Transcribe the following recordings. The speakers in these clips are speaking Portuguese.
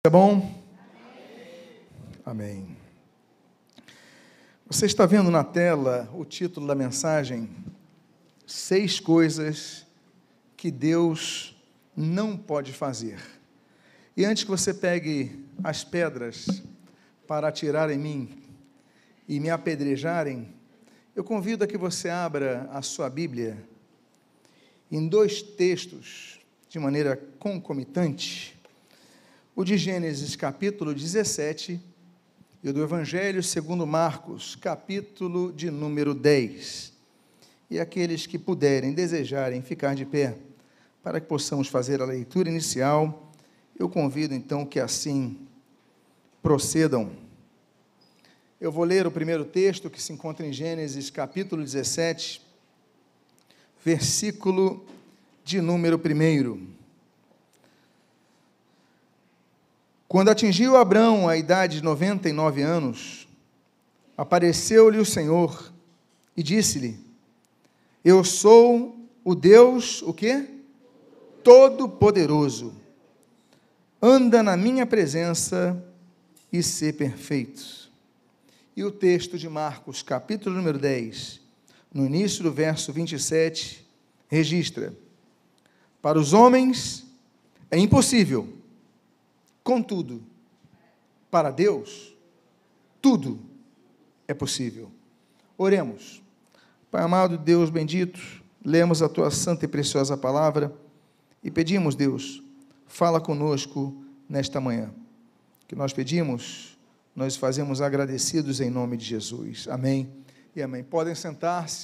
É bom? Amém. Você está vendo na tela o título da mensagem: 6 coisas que Deus não pode fazer. E antes que você pegue as pedras para atirar em mim e me apedrejarem, eu convido a que você abra a sua Bíblia em 2 textos de maneira concomitante. O de Gênesis, capítulo 17, e o do Evangelho segundo Marcos, capítulo de número 10. E aqueles que puderem, desejarem ficar de pé, para que possamos fazer a leitura inicial, eu convido então que assim procedam. Eu vou ler o primeiro texto, que se encontra em Gênesis, capítulo 17, versículo de número 1. Quando atingiu Abrão a idade de 99 anos, apareceu-lhe o Senhor e disse-lhe: Eu sou o Deus, o quê? Todo-Poderoso. Anda na minha presença e sê perfeito. E o texto de Marcos, capítulo número 10, no início do verso 27, registra: Para os homens é impossível, contudo, para Deus, tudo é possível. Oremos. Pai amado, Deus bendito, lemos a Tua santa e preciosa palavra e pedimos, Deus, fala conosco nesta manhã. Que nós pedimos, nós fazemos agradecidos em nome de Jesus. Amém e amém. Podem sentar-se.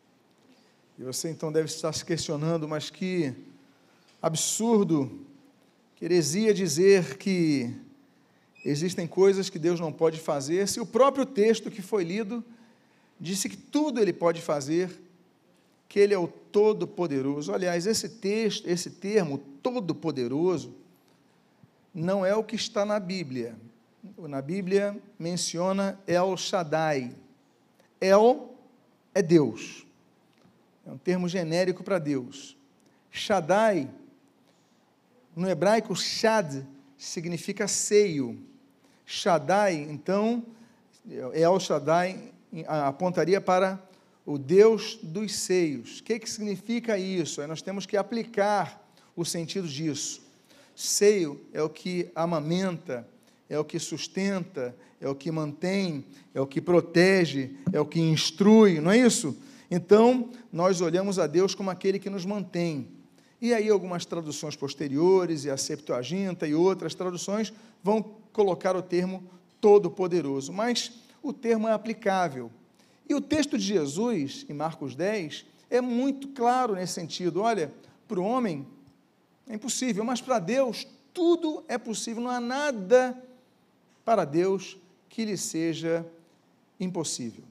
E você então deve estar se questionando, mas que absurdo, que heresia dizer que existem coisas que Deus não pode fazer, se o próprio texto que foi lido disse que tudo Ele pode fazer, que Ele é o Todo-Poderoso. Aliás, esse termo, Todo-Poderoso, não é o que está na Bíblia. Na Bíblia menciona El Shaddai. El é Deus. É um termo genérico para Deus. Shaddai, no hebraico, Shad significa seio. Shaddai, então, El Shaddai apontaria para o Deus dos seios. O que significa isso? Aí nós temos que aplicar o sentido disso. Seio é o que amamenta, é o que sustenta, é o que mantém, é o que protege, é o que instrui, não é isso? Então, nós olhamos a Deus como aquele que nos mantém. E aí algumas traduções posteriores, e a Septuaginta e outras traduções, vão colocar o termo Todo-Poderoso, mas o termo é aplicável. E o texto de Jesus, em Marcos 10, é muito claro nesse sentido. Olha, para o homem é impossível, mas para Deus tudo é possível, não há nada para Deus que lhe seja impossível.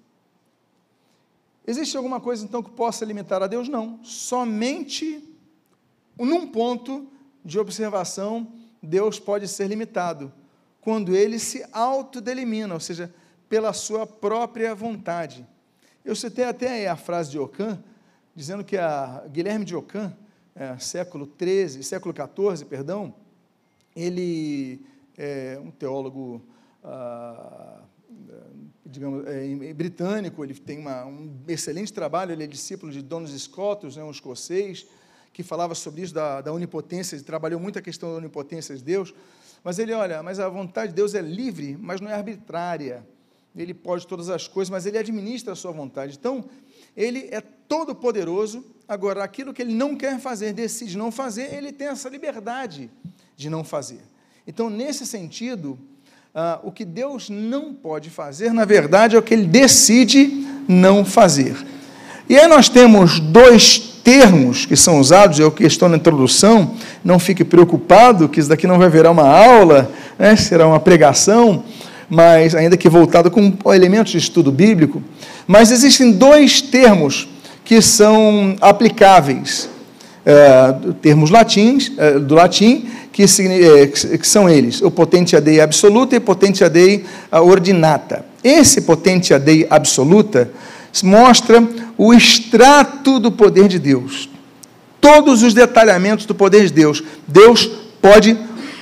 Existe alguma coisa, então, que possa limitar a Deus? Não, somente num ponto de observação, Deus pode ser limitado, quando Ele se autodelimina, ou seja, pela sua própria vontade. Eu citei até a frase de Ockham, dizendo que Guilherme de Ockham, século XIV, ele é um teólogo, digamos, britânico, ele tem um excelente trabalho, ele é discípulo de Duns Scotus, um escocês, que falava sobre isso, da onipotência, ele trabalhou muito a questão da onipotência de Deus, mas ele, olha, mas a vontade de Deus é livre, mas não é arbitrária, ele pode todas as coisas, mas ele administra a sua vontade. Então, ele é todo poderoso, agora, aquilo que ele não quer fazer, decide não fazer, ele tem essa liberdade de não fazer. Então, nesse sentido, o que Deus não pode fazer, na verdade, é o que ele decide não fazer. E aí nós temos 2 termos que são usados, eu que estou na introdução, não fique preocupado, que isso daqui não vai virar uma aula, né, será uma pregação, mas ainda que voltado com elementos de estudo bíblico, mas existem 2 termos que são aplicáveis, termos do latim, que são eles, o potentia Dei absoluta e potentia Dei ordinata. Esse potentia Dei absoluta mostra o extrato do poder de Deus, todos os detalhamentos do poder de Deus. Deus pode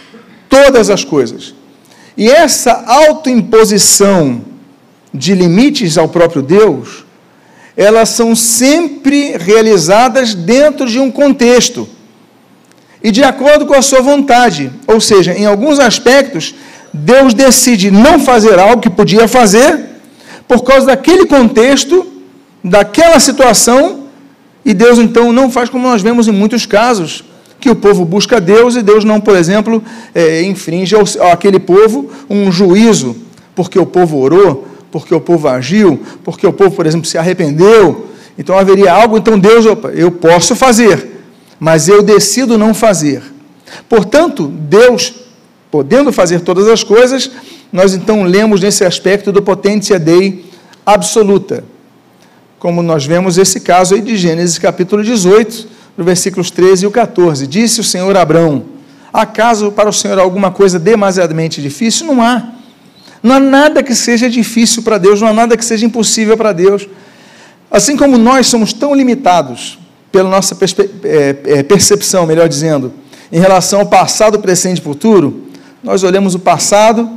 todas as coisas. E essa autoimposição de limites ao próprio Deus, elas são sempre realizadas dentro de um contexto e de acordo com a sua vontade. Ou seja, em alguns aspectos, Deus decide não fazer algo que podia fazer por causa daquele contexto, daquela situação, e Deus então não faz, como nós vemos em muitos casos, que o povo busca Deus e Deus não, por exemplo, infringe àquele povo um juízo, porque o povo orou, porque o povo agiu, porque o povo, por exemplo, se arrependeu. Então haveria algo, então Deus, eu posso fazer, mas eu decido não fazer. Portanto, Deus, podendo fazer todas as coisas, nós então lemos nesse aspecto do potentia Dei absoluta, como nós vemos esse caso aí de Gênesis capítulo 18, no versículos 13 e 14. Disse o Senhor a Abrão: acaso para o Senhor alguma coisa demasiadamente difícil? Não há. Não há nada que seja difícil para Deus, não há nada que seja impossível para Deus. Assim como nós somos tão limitados pela nossa percepção, melhor dizendo, em relação ao passado, presente e futuro, nós olhamos o passado,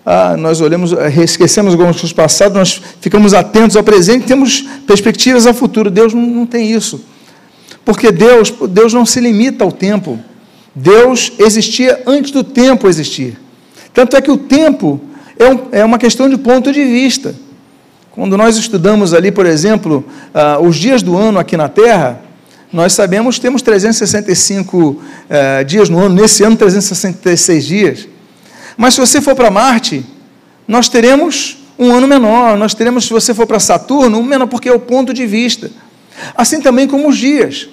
esquecemos algumas coisas do passado, nós ficamos atentos ao presente, temos perspectivas ao futuro. Deus não tem isso, porque Deus não se limita ao tempo. Deus existia antes do tempo existir. Tanto é que o tempo é uma questão de ponto de vista. Quando nós estudamos ali, por exemplo, os dias do ano aqui na Terra, nós sabemos que temos 365 dias no ano, nesse ano 366 dias. Mas se você for para Marte, nós teremos um ano menor, nós teremos, se você for para Saturno, um menor, porque é o ponto de vista. Assim também como os dias.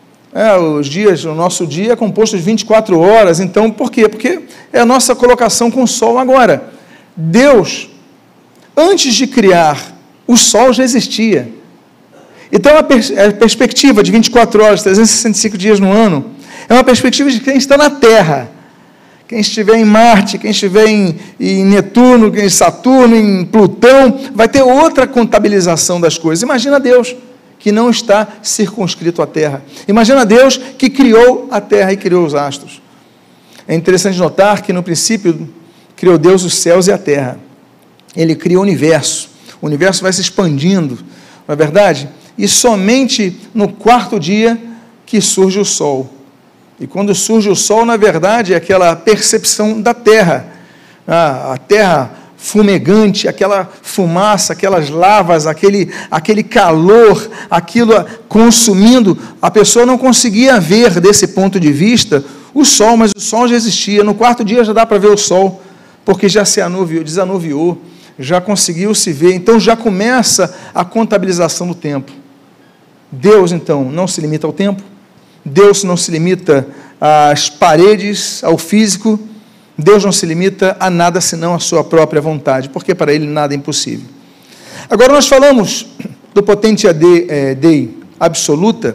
O nosso dia é composto de 24 horas, então, por quê? Porque é a nossa colocação com o Sol agora. Deus, antes de criar, o Sol já existia. Então, a perspectiva de 24 horas, 365 dias no ano, é uma perspectiva de quem está na Terra. Quem estiver em Marte, quem estiver em Netuno, em Saturno, em Plutão, vai ter outra contabilização das coisas. Imagina Deus, que não está circunscrito à Terra. Imagina Deus que criou a Terra e criou os astros. É interessante notar que, no princípio, criou Deus os céus e a Terra. Ele criou o universo. O universo vai se expandindo, não é verdade? E somente no quarto dia que surge o Sol. E quando surge o Sol, na verdade, é aquela percepção da Terra. A Terra fumegante, aquela fumaça, aquelas lavas, aquele calor, aquilo consumindo, a pessoa não conseguia ver desse ponto de vista o Sol, mas o Sol já existia. No quarto dia já dá para ver o Sol, porque já se desanuviou, já conseguiu se ver, então já começa a contabilização do tempo. Deus, então, não se limita ao tempo, Deus não se limita às paredes, ao físico, Deus não se limita a nada senão a sua própria vontade, porque para Ele nada é impossível. Agora nós falamos do potentia Dei absoluta,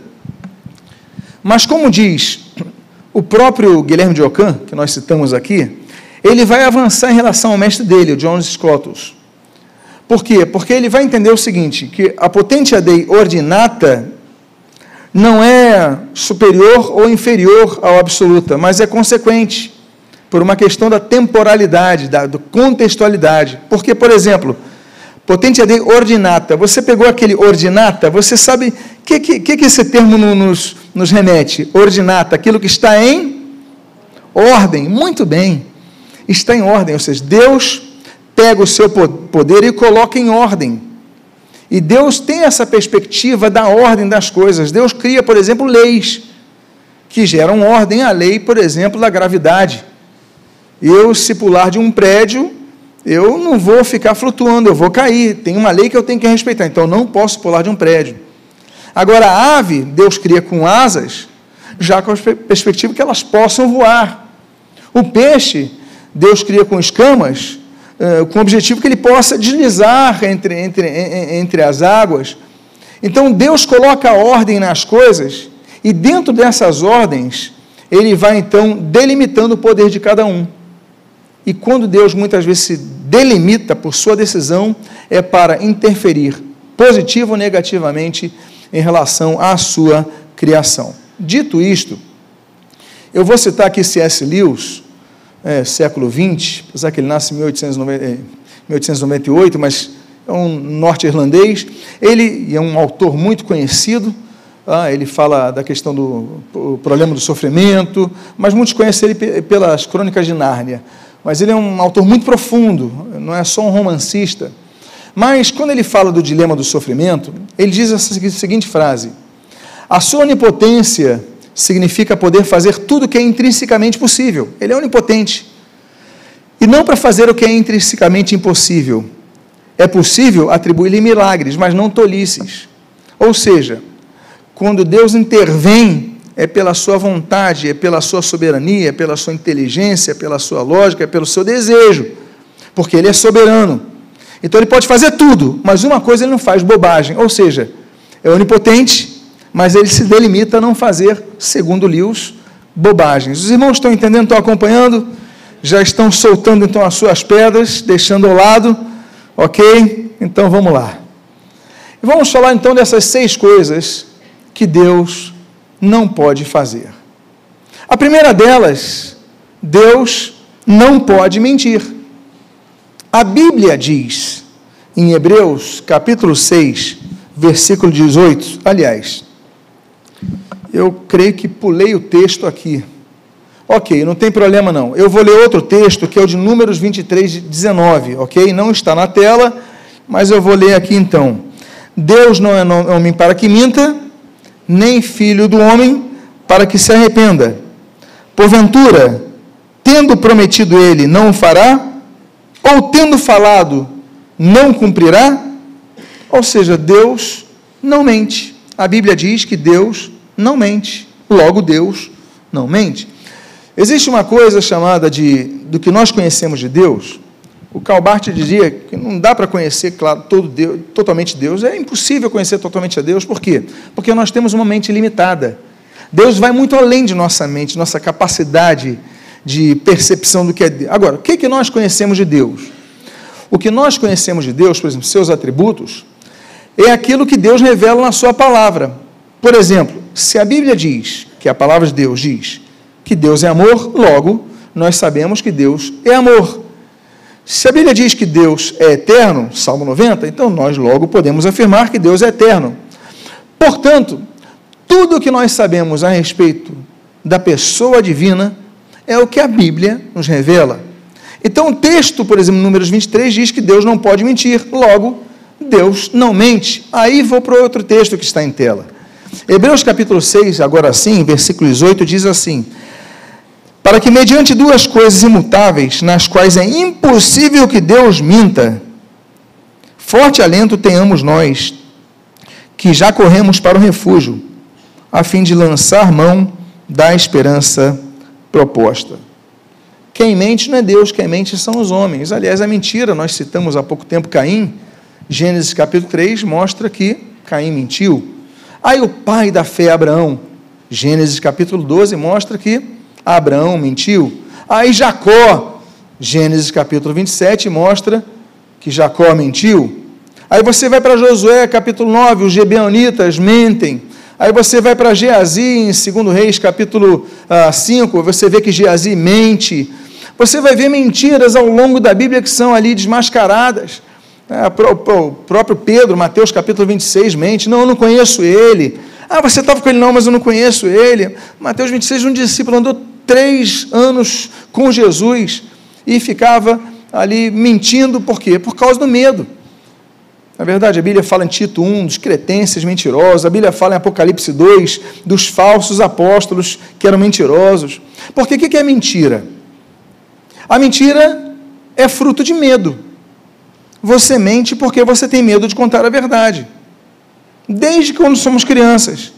mas como diz o próprio Guilherme de Ockham, que nós citamos aqui, ele vai avançar em relação ao mestre dele, o John Scotus. Por quê? Porque ele vai entender o seguinte, que a potentia Dei ordinata não é superior ou inferior ao absoluta, mas é consequente, por uma questão da temporalidade, da contextualidade. Porque, por exemplo, potentia Dei ordinata, você pegou aquele ordinata, você sabe o que esse termo nos remete? Ordinata, aquilo que está em ordem, muito bem, está em ordem, ou seja, Deus pega o seu poder e coloca em ordem. E Deus tem essa perspectiva da ordem das coisas. Deus cria, por exemplo, leis que geram ordem. A lei, por exemplo, da gravidade. Eu, se pular de um prédio, eu não vou ficar flutuando, eu vou cair. Tem uma lei que eu tenho que respeitar, então eu não posso pular de um prédio. Agora, a ave, Deus cria com asas, já com a perspectiva que elas possam voar. O peixe, Deus cria com escamas, com o objetivo que ele possa deslizar entre as águas. Então, Deus coloca a ordem nas coisas, e dentro dessas ordens, ele vai, então, delimitando o poder de cada um. E quando Deus, muitas vezes, se delimita por sua decisão, é para interferir, positivo ou negativamente, em relação à sua criação. Dito isto, eu vou citar aqui C.S. Lewis, século XX, apesar que ele nasce em 1898, mas é um norte-irlandês. Ele é um autor muito conhecido. Ele fala da questão do problema do sofrimento, mas muitos conhecem ele pelas Crônicas de Nárnia. Mas ele é um autor muito profundo, não é só um romancista. Mas, quando ele fala do dilema do sofrimento, ele diz a seguinte frase: a sua onipotência significa poder fazer tudo o que é intrinsecamente possível. Ele é onipotente. E não para fazer o que é intrinsecamente impossível. É possível atribuir-lhe milagres, mas não tolices. Ou seja, quando Deus intervém, é pela sua vontade, é pela sua soberania, é pela sua inteligência, é pela sua lógica, é pelo seu desejo, porque Ele é soberano. Então Ele pode fazer tudo, mas uma coisa Ele não faz: bobagem. Ou seja, é onipotente, mas Ele se delimita a não fazer, segundo Lewis, bobagens. Os irmãos estão entendendo, estão acompanhando? Já estão soltando então as suas pedras, deixando ao lado, ok? Então vamos lá. Vamos falar então dessas 6 coisas que Deus não pode fazer. A primeira delas, Deus não pode mentir. A Bíblia diz, em Hebreus, capítulo 6, versículo 18, aliás, eu creio que pulei o texto aqui. Ok, não tem problema não. Eu vou ler outro texto, que é o de Números 23, 19, ok? Não está na tela, mas eu vou ler aqui então. Deus não é homem para que minta, nem filho do homem para que se arrependa. Porventura, tendo prometido ele, não o fará? Ou tendo falado, não cumprirá? Ou seja, Deus não mente. A Bíblia diz que Deus não mente. Logo, Deus não mente. Existe uma coisa chamada do que nós conhecemos de Deus. O Karl Barth dizia que não dá para conhecer, claro, totalmente Deus. É impossível conhecer totalmente a Deus. Por quê? Porque nós temos uma mente limitada. Deus vai muito além de nossa mente, nossa capacidade de percepção do que é Deus. Agora, o que nós conhecemos de Deus? O que nós conhecemos de Deus, por exemplo, seus atributos, é aquilo que Deus revela na sua palavra. Por exemplo, se a Bíblia diz, que a palavra de Deus diz, que Deus é amor, logo, nós sabemos que Deus é amor. Se a Bíblia diz que Deus é eterno, Salmo 90, então nós logo podemos afirmar que Deus é eterno. Portanto, tudo o que nós sabemos a respeito da pessoa divina é o que a Bíblia nos revela. Então, o texto, por exemplo, Números 23, diz que Deus não pode mentir, logo, Deus não mente. Aí vou para o outro texto que está em tela. Hebreus capítulo 6, agora sim, versículo 18, diz assim: para que mediante 2 coisas imutáveis, nas quais é impossível que Deus minta, forte alento tenhamos nós, que já corremos para o refúgio, a fim de lançar mão da esperança proposta. Quem mente não é Deus, quem mente são os homens. Aliás, a mentira, nós citamos há pouco tempo Caim, Gênesis capítulo 3, mostra que Caim mentiu. Aí o pai da fé, Abraão, Gênesis capítulo 12, mostra que Abraão mentiu. Aí Jacó, Gênesis capítulo 27, mostra que Jacó mentiu. Aí você vai para Josué capítulo 9, os gibeonitas mentem. Aí você vai para Geazi, em 2 Reis capítulo 5, você vê que Geazi mente. Você vai ver mentiras ao longo da Bíblia que são ali desmascaradas. O próprio Pedro, Mateus capítulo 26, mente: não, eu não conheço ele. Você estava com ele? Não, mas eu não conheço ele. Mateus 26, um discípulo andou 3 anos com Jesus e ficava ali mentindo. Por quê? Por causa do medo. Na verdade, a Bíblia fala em Tito 1, dos cretenses mentirosos. A Bíblia fala em Apocalipse 2, dos falsos apóstolos que eram mentirosos. Porque o que é mentira? A mentira é fruto de medo. Você mente porque você tem medo de contar a verdade. Desde quando somos crianças.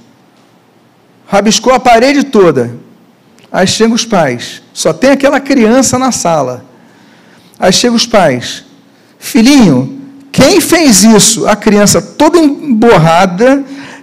Rabiscou a parede toda. Aí chegam os pais. Só tem aquela criança na sala. Aí chegam os pais. Filhinho, quem fez isso? A criança toda emborrada,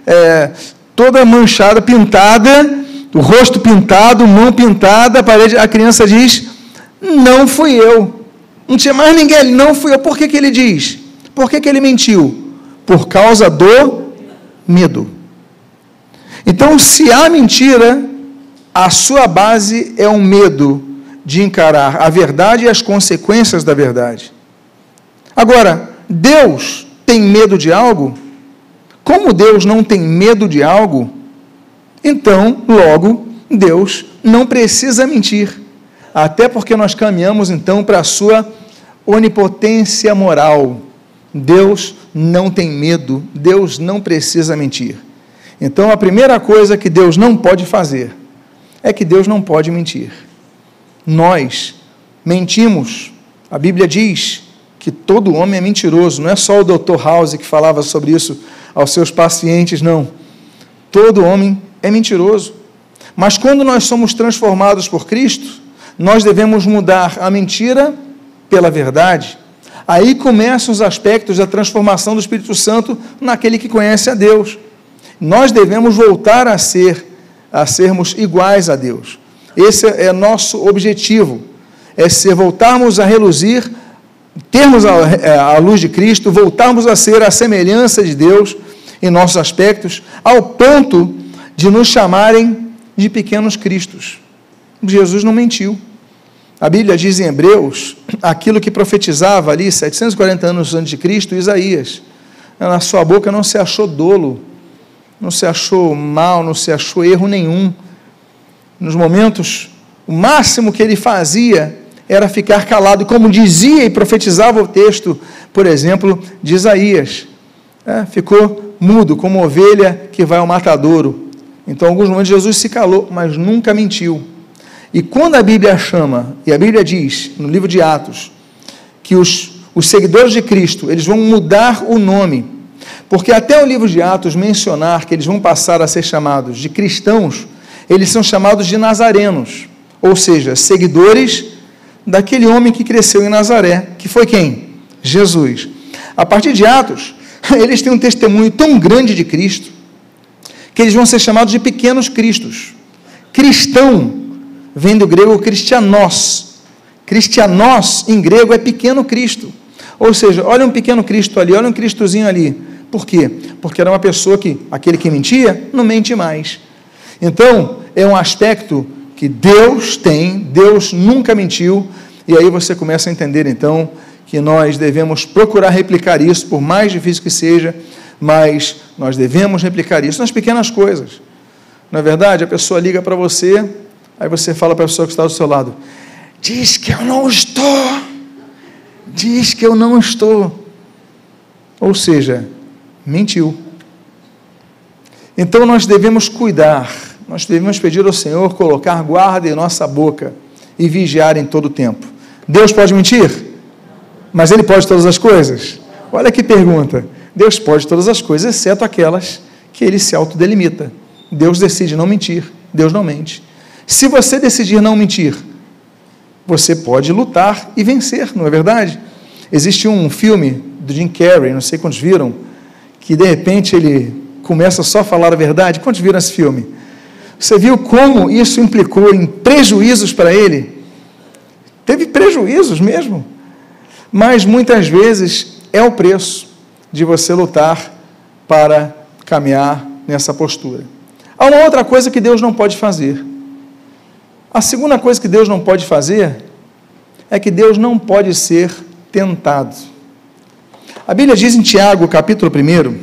toda manchada, pintada, o rosto pintado, mão pintada, a parede. A criança diz: não fui eu. Não tinha mais ninguém, não fui eu. Por que ele diz? Por que ele mentiu? Por causa do medo. Então, se há mentira, a sua base é um medo, de encarar a verdade e as consequências da verdade. Agora, Deus tem medo de algo? Como Deus não tem medo de algo, então, logo, Deus não precisa mentir. Até porque nós caminhamos, então, para a sua onipotência moral. Deus não tem medo, Deus não precisa mentir. Então, a primeira coisa que Deus não pode fazer é que Deus não pode mentir. Nós mentimos. A Bíblia diz que todo homem é mentiroso. Não é só o Dr. House que falava sobre isso aos seus pacientes, não. Todo homem é mentiroso. Mas quando nós somos transformados por Cristo, nós devemos mudar a mentira pela verdade. Aí começam os aspectos da transformação do Espírito Santo naquele que conhece a Deus. Nós devemos voltar a sermos iguais a Deus. Esse é nosso objetivo, voltarmos a reluzir, termos a luz de Cristo, voltarmos a ser a semelhança de Deus em nossos aspectos, ao ponto de nos chamarem de pequenos cristos. Jesus não mentiu. A Bíblia diz em Hebreus, aquilo que profetizava ali, 740 anos antes de Cristo, Isaías. Na sua boca não se achou dolo, não se achou mal, não se achou erro nenhum. Nos momentos, o máximo que ele fazia era ficar calado, como dizia e profetizava o texto, por exemplo, de Isaías. Ficou mudo, como ovelha que vai ao matadouro. Então, em alguns momentos, Jesus se calou, mas nunca mentiu. E quando a Bíblia chama, e a Bíblia diz, no livro de Atos, que os seguidores de Cristo, eles vão mudar o nome, porque até o livro de Atos mencionar que eles vão passar a ser chamados de cristãos, eles são chamados de nazarenos, ou seja, seguidores daquele homem que cresceu em Nazaré, que foi quem? Jesus. A partir de Atos, eles têm um testemunho tão grande de Cristo, que eles vão ser chamados de pequenos cristos. Cristão vem do grego cristianos. Cristianos, em grego, é pequeno Cristo. Ou seja, olha um pequeno Cristo ali, olha um Cristozinho ali. Por quê? Porque era uma pessoa que, aquele que mentia, não mente mais. Então, é um aspecto que Deus tem, Deus nunca mentiu, e aí você começa a entender, então, que nós devemos procurar replicar isso, por mais difícil que seja, mas nós devemos replicar isso nas pequenas coisas. Não é verdade? A pessoa liga para você, aí você fala para a pessoa que está do seu lado, diz que eu não estou, diz que eu não estou. Ou seja, mentiu. Então nós devemos cuidar, nós devemos pedir ao Senhor colocar guarda em nossa boca e vigiar em todo o tempo. Deus pode mentir? Mas Ele pode todas as coisas? Olha que pergunta. Deus pode todas as coisas, exceto aquelas que Ele se autodelimita. Deus decide não mentir, Deus não mente. Se você decidir não mentir, você pode lutar e vencer, não é verdade? Existe um filme do Jim Carrey, não sei quantos viram, que de repente ele começa só a falar a verdade. Quantos viram esse filme? Você viu como isso implicou em prejuízos para ele? Teve prejuízos mesmo, mas muitas vezes é o preço de você lutar para caminhar nessa postura. Há uma outra coisa que Deus não pode fazer. A segunda coisa que Deus não pode fazer é que Deus não pode ser tentado. A Bíblia diz em Tiago, capítulo 1,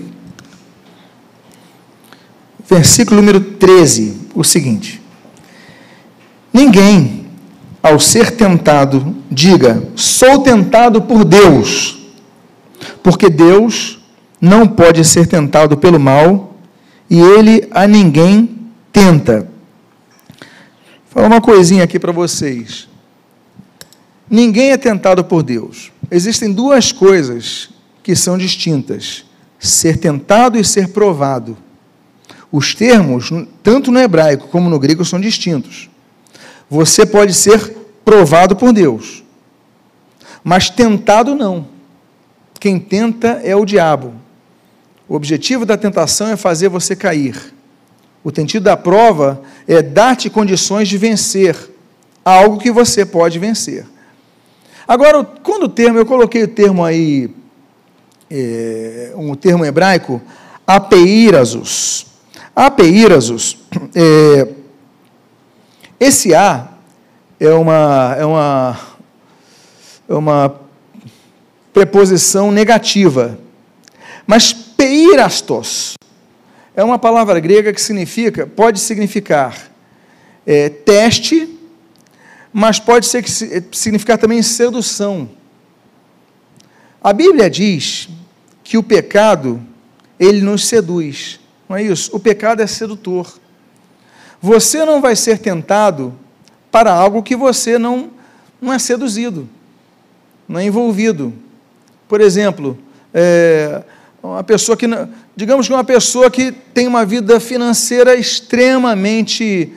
versículo número 13, o seguinte: ninguém, ao ser tentado, diga, sou tentado por Deus, porque Deus não pode ser tentado pelo mal, e Ele a ninguém tenta. Vou falar uma coisinha aqui para vocês. Ninguém é tentado por Deus. Existem duas coisas que são distintas: ser tentado e ser provado. Os termos, tanto no hebraico como no grego, são distintos. Você pode ser provado por Deus, mas tentado não. Quem tenta é o diabo. O objetivo da tentação é fazer você cair. O sentido da prova é dar-te condições de vencer algo que você pode vencer. Agora, quando o termo, eu coloquei o termo aí, um termo hebraico, apeirazos. Apeirazos, esse A é uma preposição negativa. Mas peirastos é uma palavra grega que pode significar teste, mas pode significar também sedução. A Bíblia diz que o pecado, ele nos seduz, não é isso? O pecado é sedutor. Você não vai ser tentado para algo que você não é seduzido, não é envolvido. Por exemplo, digamos que uma pessoa que tem uma vida financeira extremamente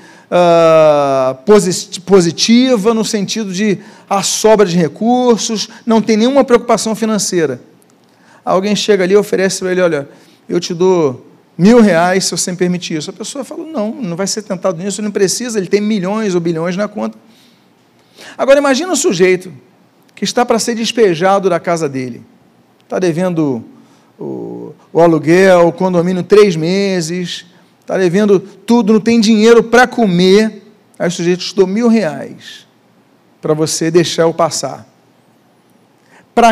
positiva, no sentido de a sobra de recursos, não tem nenhuma preocupação financeira. Alguém chega ali e oferece para ele, olha, eu te dou R$1.000 se você me permitir isso. A pessoa fala, não vai ser tentado nisso, não precisa, ele tem milhões ou bilhões na conta. Agora, imagina um sujeito que está para ser despejado da casa dele, está devendo o aluguel, o condomínio 3 meses, está devendo tudo, não tem dinheiro para comer, aí o sujeito te dou R$1.000 para você deixar-o passar. Para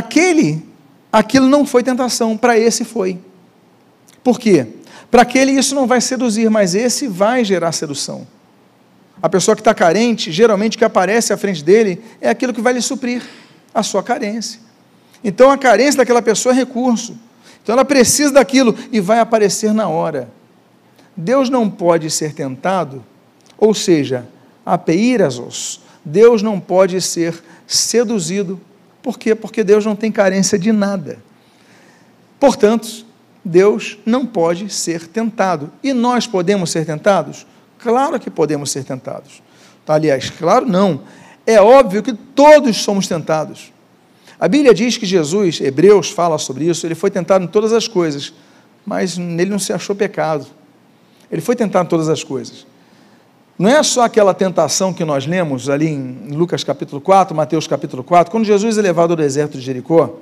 aquilo não foi tentação, para esse foi. Por quê? Para aquele isso não vai seduzir, mas esse vai gerar sedução. A pessoa que está carente, geralmente o que aparece à frente dele é aquilo que vai lhe suprir a sua carência. Então a carência daquela pessoa é recurso. Então ela precisa daquilo e vai aparecer na hora. Deus não pode ser tentado, ou seja, apeirazos, Deus não pode ser seduzido. Por quê? Porque Deus não tem carência de nada. Portanto, Deus não pode ser tentado. E nós podemos ser tentados? Claro que podemos ser tentados. Aliás, claro não. É óbvio que todos somos tentados. A Bíblia diz que Jesus, Hebreus fala sobre isso, ele foi tentado em todas as coisas, mas nele não se achou pecado. Ele foi tentado em todas as coisas. Não é só aquela tentação que nós lemos ali em Lucas capítulo 4, Mateus capítulo 4, quando Jesus é levado ao deserto de Jericó,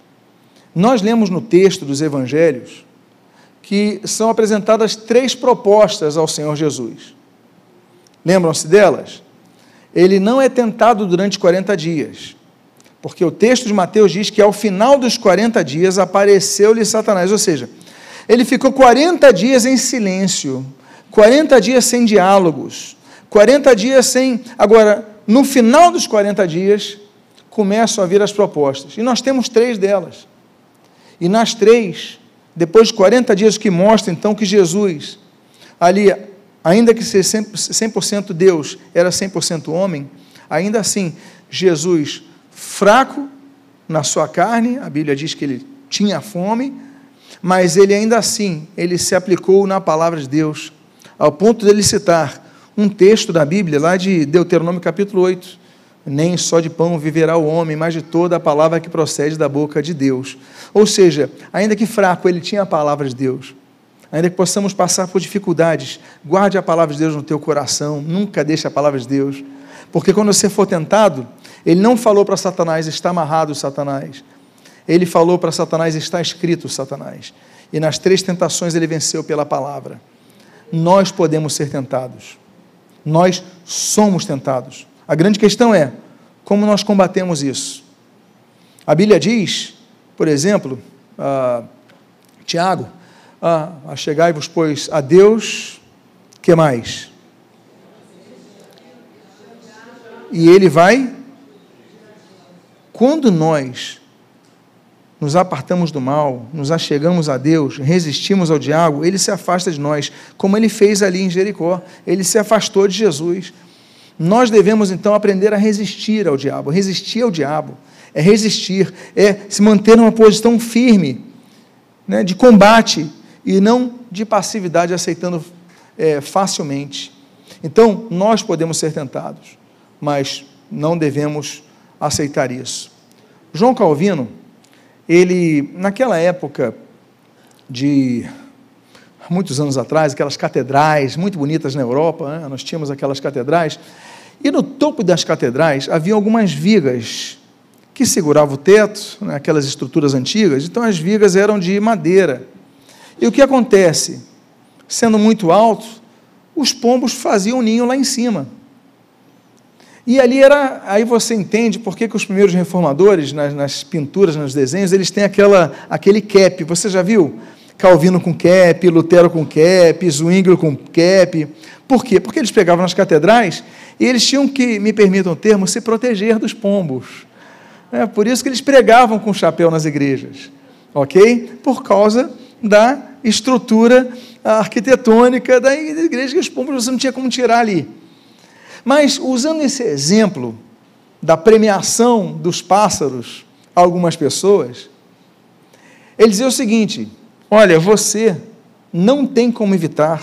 nós lemos no texto dos evangelhos que são apresentadas 3 propostas ao Senhor Jesus. Lembram-se delas? Ele não é tentado durante 40 dias, porque o texto de Mateus diz que ao final dos 40 dias apareceu-lhe Satanás, ou seja, ele ficou 40 dias em silêncio, 40 dias sem diálogos, 40 dias sem... Agora, no final dos 40 dias, começam a vir as propostas, e nós temos 3 delas. E nas 3, depois de 40 dias, que mostra então que Jesus, ali, ainda que seja 100% Deus, era 100% homem, ainda assim, Jesus, fraco na sua carne, a Bíblia diz que ele tinha fome, mas ele ainda assim, ele se aplicou na palavra de Deus, ao ponto de ele citar um texto da Bíblia, lá de Deuteronômio capítulo 8, nem só de pão viverá o homem, mas de toda a palavra que procede da boca de Deus. Ou seja, ainda que fraco, ele tinha a palavra de Deus. Ainda que possamos passar por dificuldades, guarde a palavra de Deus no teu coração, nunca deixe a palavra de Deus, porque quando você for tentado, ele não falou para Satanás, está amarrado Satanás, ele falou para Satanás, está escrito Satanás, e nas 3 tentações ele venceu pela palavra. Nós podemos ser tentados, nós somos tentados. A grande questão é, como nós combatemos isso? A Bíblia diz, por exemplo, Tiago, achegai-vos, pois, a Deus, que mais? E Ele vai, quando nós nos apartamos do mal, nos achegamos a Deus, resistimos ao diabo, Ele se afasta de nós, como Ele fez ali em Jericó, Ele se afastou de Jesus. Nós devemos, então, aprender a resistir ao diabo. Resistir ao diabo é resistir, é se manter numa posição firme, né, de combate, e não de passividade, aceitando facilmente. Então, nós podemos ser tentados, mas não devemos aceitar isso. João Calvino, ele, naquela época de muitos anos atrás, aquelas catedrais muito bonitas na Europa, né? Nós tínhamos aquelas catedrais, e no topo das catedrais havia algumas vigas que seguravam o teto, né? Aquelas estruturas antigas, então as vigas eram de madeira. E o que acontece? Sendo muito alto, os pombos faziam ninho lá em cima. E ali aí você entende por que os primeiros reformadores, nas pinturas, nos desenhos, eles têm aquele cap. Você já viu? Calvino com cap, Lutero com cap, Zwinglio com cap. Por quê? Porque eles pegavam nas catedrais e eles tinham que, me permitam o termo, se proteger dos pombos. Por isso que eles pregavam com chapéu nas igrejas, ok? Por causa da estrutura arquitetônica da igreja, que os pombos você não tinha como tirar ali. Mas, usando esse exemplo da premiação dos pássaros a algumas pessoas, ele dizia o seguinte: olha, você não tem como evitar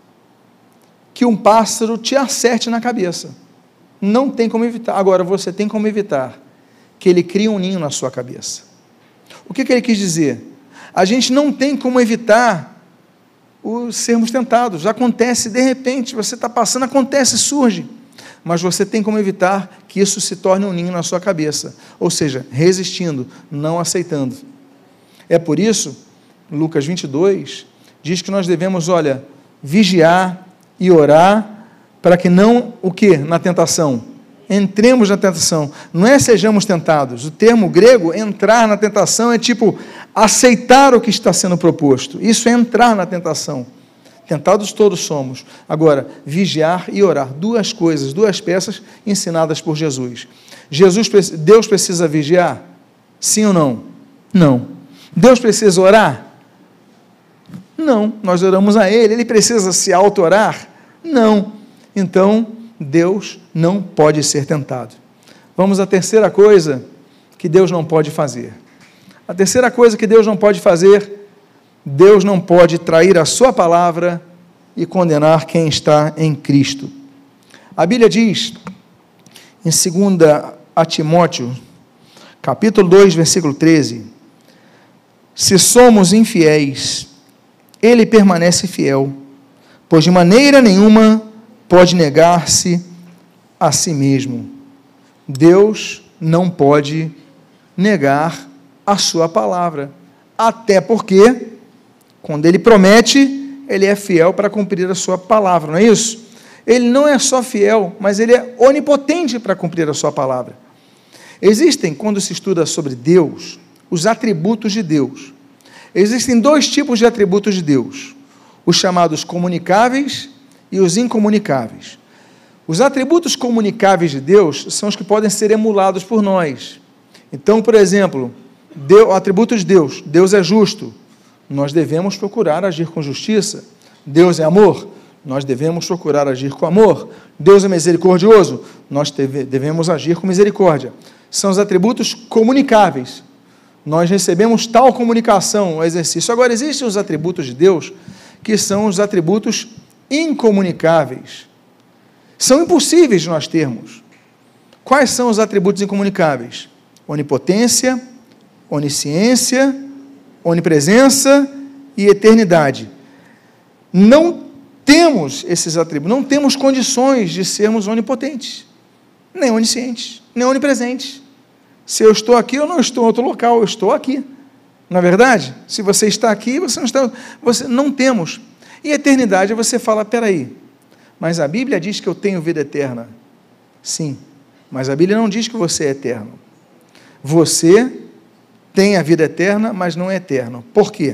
que um pássaro te acerte na cabeça. Não tem como evitar. Agora, você tem como evitar que ele crie um ninho na sua cabeça. O que ele quis dizer? A gente não tem como evitar sermos tentados. Acontece, de repente, você está passando, acontece, surge. Mas você tem como evitar que isso se torne um ninho na sua cabeça. Ou seja, resistindo, não aceitando. É por isso, Lucas 22, diz que nós devemos, vigiar e orar para que não, o quê? Na tentação. Entremos na tentação. Não é sejamos tentados. O termo grego, entrar na tentação, é tipo aceitar o que está sendo proposto. Isso é entrar na tentação. Tentados todos somos. Agora, vigiar e orar. Duas coisas, duas peças ensinadas por Jesus. Deus precisa vigiar? Sim ou não? Não. Deus precisa orar? Não. Nós oramos a Ele. Ele precisa se auto-orar? Não. Então, Deus não pode ser tentado. Vamos à terceira coisa que Deus não pode fazer. A terceira coisa que Deus não pode fazer: Deus não pode trair a sua palavra e condenar quem está em Cristo. A Bíblia diz, em 2 Timóteo, capítulo 2, versículo 13, se somos infiéis, Ele permanece fiel, pois de maneira nenhuma pode negar-se a si mesmo. Deus não pode negar a sua palavra, até porque quando Ele promete, Ele é fiel para cumprir a sua palavra, não é isso? Ele não é só fiel, mas Ele é onipotente para cumprir a sua palavra. Existem, quando se estuda sobre Deus, os atributos de Deus. Existem dois tipos de atributos de Deus: os chamados comunicáveis e os incomunicáveis. Os atributos comunicáveis de Deus são os que podem ser emulados por nós. Então, por exemplo, o atributo de Deus: Deus é justo. Nós devemos procurar agir com justiça. Deus é amor, nós devemos procurar agir com amor. Deus é misericordioso, nós devemos agir com misericórdia. São os atributos comunicáveis. Nós recebemos tal comunicação, o exercício. Agora, existem os atributos de Deus, que são os atributos incomunicáveis. São impossíveis de nós termos. Quais são os atributos incomunicáveis? Onipotência, onisciência, onipresença e eternidade. Não temos esses atributos, não temos condições de sermos onipotentes, nem oniscientes, nem onipresentes. Se eu estou aqui, eu não estou em outro local, eu estou aqui. Não é verdade? Se você está aqui, você não está... não temos. E eternidade, você fala, peraí, mas a Bíblia diz que eu tenho vida eterna. Sim, mas a Bíblia não diz que você é eterno. Você tem a vida eterna, mas não é eterno. Por quê?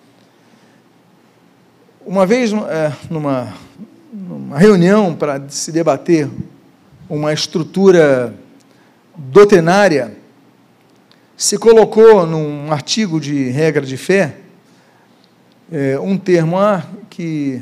Uma vez, numa reunião para se debater uma estrutura doutrinária, se colocou num artigo de regra de fé um termo que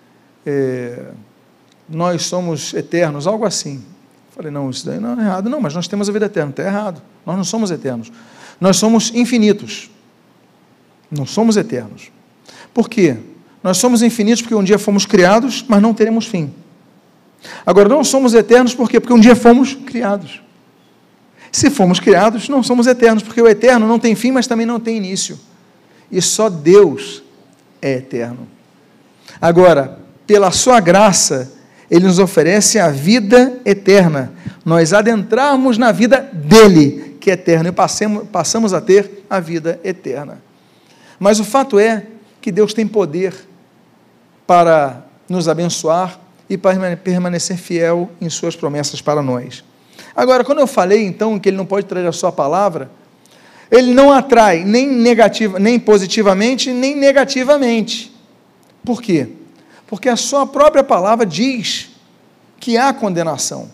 nós somos eternos, algo assim. Falei, não, isso daí não é errado. Não, mas nós temos a vida eterna. Está errado. Nós não somos eternos. Nós somos infinitos. Não somos eternos. Por quê? Nós somos infinitos porque um dia fomos criados, mas não teremos fim. Agora, não somos eternos por quê? Porque um dia fomos criados. Se fomos criados, não somos eternos, porque o eterno não tem fim, mas também não tem início. E só Deus é eterno. Agora, pela sua graça, Ele nos oferece a vida eterna. Nós adentrarmos na vida dEle, que é eterna, e passamos a ter a vida eterna. Mas o fato é que Deus tem poder para nos abençoar e permanecer fiel em suas promessas para nós. Agora, quando eu falei, então, que ele não pode trazer a sua palavra, ele não atrai nem positivamente, nem negativamente. Por quê? Porque a sua própria palavra diz que há condenação.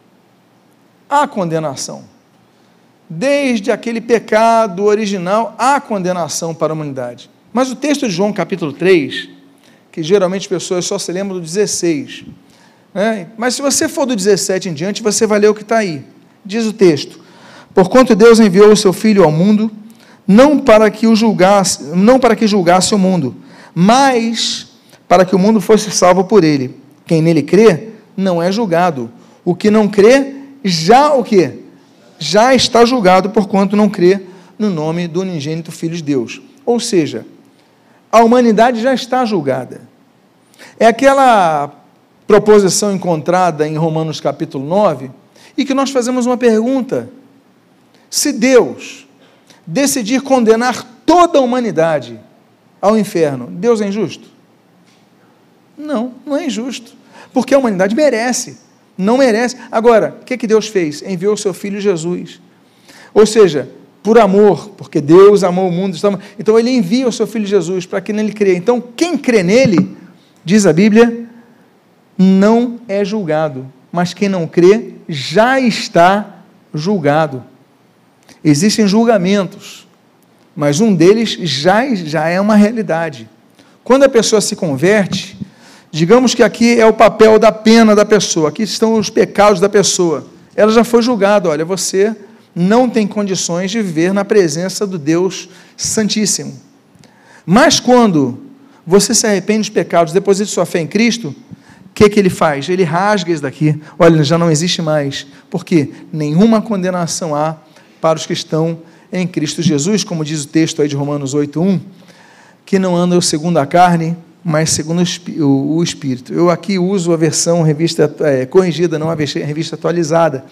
Há condenação. Desde aquele pecado original, há condenação para a humanidade. Mas o texto de João, capítulo 3, que geralmente as pessoas só se lembram do 16, né? Mas se você for do 17 em diante, você vai ler o que está aí. Diz o texto: porquanto Deus enviou o seu Filho ao mundo, não para que julgasse o mundo, mas para que o mundo fosse salvo por ele. Quem nele crê, não é julgado. O que não crê, já o quê? Já está julgado, porquanto não crê no nome do unigênito Filho de Deus. Ou seja, a humanidade já está julgada. É aquela proposição encontrada em Romanos capítulo 9, e que nós fazemos uma pergunta: se Deus decidir condenar toda a humanidade ao inferno, Deus é injusto? Não, não é injusto, porque a humanidade merece, não merece. Agora, o que Deus fez? Enviou o seu Filho Jesus, ou seja, por amor, porque Deus amou o mundo, então ele envia o seu Filho Jesus para que nele crê. Então, quem crê nele, diz a Bíblia, não é julgado, mas quem não crê já está julgado. Existem julgamentos, mas um deles já é uma realidade. Quando a pessoa se converte, digamos que aqui é o papel da pena da pessoa, aqui estão os pecados da pessoa, ela já foi julgada: olha, você não tem condições de viver na presença do Deus Santíssimo. Mas quando você se arrepende dos pecados, deposita sua fé em Cristo, o que ele faz? Ele rasga isso daqui, olha, já não existe mais, porque nenhuma condenação há para os que estão em Cristo Jesus, como diz o texto aí de Romanos 8:1, que não andam segundo a carne, mas segundo o Espírito. Eu aqui uso a versão revista corrigida, não a revista atualizada.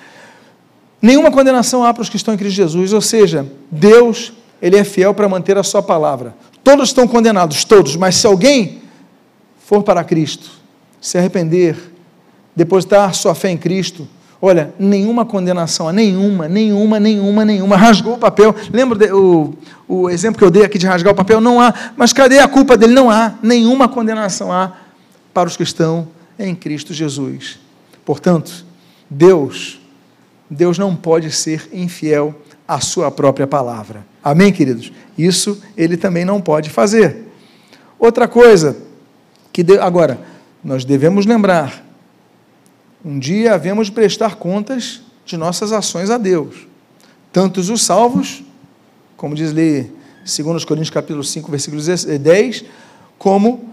Nenhuma condenação há para os que estão em Cristo Jesus, ou seja, Deus, ele é fiel para manter a sua palavra. Todos estão condenados, todos, mas se alguém for para Cristo, se arrepender, depositar sua fé em Cristo, olha, nenhuma condenação, nenhuma, rasgou o papel. Lembra o exemplo que eu dei aqui de rasgar o papel? Não há, mas cadê a culpa dele? Não há, nenhuma condenação há para os que estão em Cristo Jesus. Portanto, Deus não pode ser infiel à sua própria palavra. Amém, queridos? Isso ele também não pode fazer. Outra coisa, agora, nós devemos lembrar, um dia havemos de prestar contas de nossas ações a Deus, tanto os salvos, como diz ali 2 Coríntios capítulo 5, versículo 10, como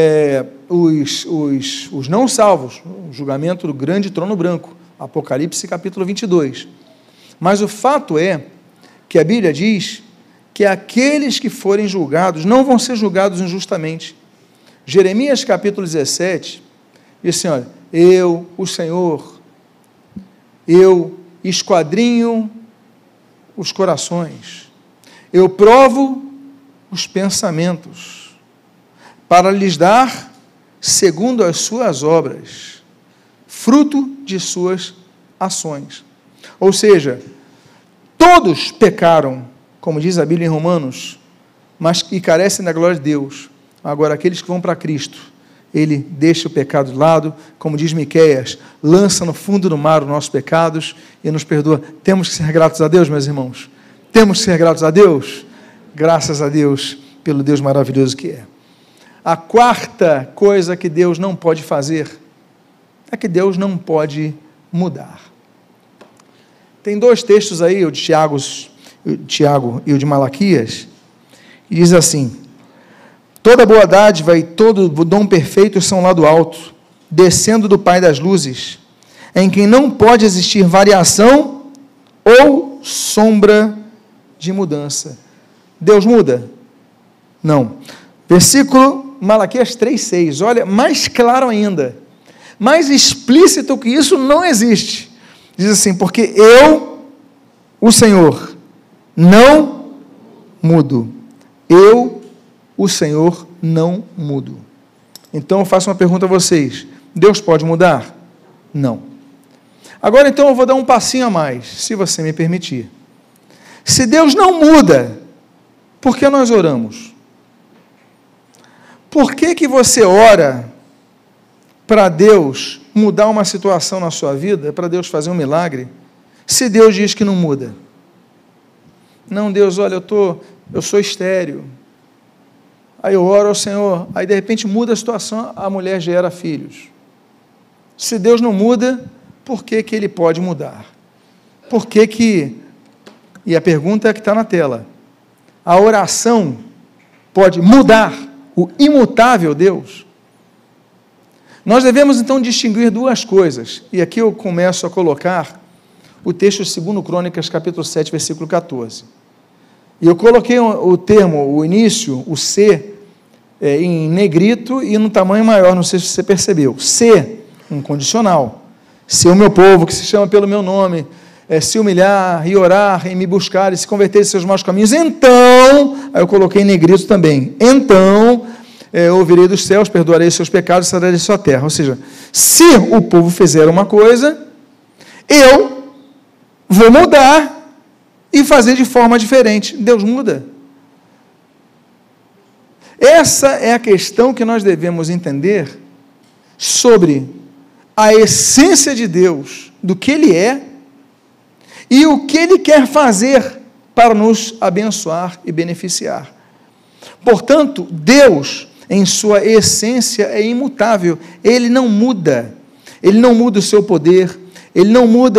os não salvos, o julgamento do grande trono branco, Apocalipse capítulo 22. Mas o fato é que a Bíblia diz que aqueles que forem julgados não vão ser julgados injustamente. Jeremias capítulo 17 diz assim: olha, eu, o Senhor, eu esquadrinho os corações, eu provo os pensamentos, para lhes dar segundo as suas obras, fruto de suas ações. Ou seja, todos pecaram, como diz a Bíblia em Romanos, mas e carecem da glória de Deus. Agora, aqueles que vão para Cristo, ele deixa o pecado de lado, como diz Miqueias, lança no fundo do mar os nossos pecados e nos perdoa. Temos que ser gratos a Deus, meus irmãos. Temos que ser gratos a Deus. Graças a Deus, pelo Deus maravilhoso que é. A quarta coisa que Deus não pode fazer é que Deus não pode mudar. Tem dois textos aí, o de Tiago e o de Malaquias, e diz assim: toda boa dádiva e todo dom perfeito são lá do alto, descendo do Pai das luzes, em quem não pode existir variação ou sombra de mudança. Deus muda? Não. Versículo Malaquias 3,6, olha, mais claro ainda, mais explícito que isso não existe. Diz assim: porque eu, o Senhor, não mudo. Eu, o Senhor, não mudo. Então eu faço uma pergunta a vocês: Deus pode mudar? Não. Agora, então, eu vou dar um passinho a mais, se você me permitir. Se Deus não muda, por que nós oramos? Por que você ora para Deus mudar uma situação na sua vida, para Deus fazer um milagre, se Deus diz que não muda? Não, Deus, olha, eu sou estéril. Aí eu oro ao Senhor, aí de repente muda a situação, a mulher gera filhos. Se Deus não muda, por que Ele pode mudar? Por que... E a pergunta é que está na tela. A oração pode mudar o imutável Deus? Nós devemos, então, distinguir duas coisas. E aqui eu começo a colocar o texto de 2 Crônicas, capítulo 7, versículo 14. E eu coloquei o termo, o início, o se, em negrito e no tamanho maior, não sei se você percebeu. Se, um condicional. Se o meu povo, que se chama pelo meu nome, se humilhar e orar e me buscar e se converter de seus maus caminhos, então, aí eu coloquei em negrito também, então, ouvirei dos céus, perdoarei seus pecados e sararei de sua terra. Ou seja, se o povo fizer uma coisa, eu vou mudar e fazer de forma diferente. Deus muda. Essa é a questão que nós devemos entender sobre a essência de Deus, do que Ele é e o que Ele quer fazer para nos abençoar e beneficiar. Portanto, Deus, em sua essência, é imutável. Ele não muda. Ele não muda o seu poder. Ele não muda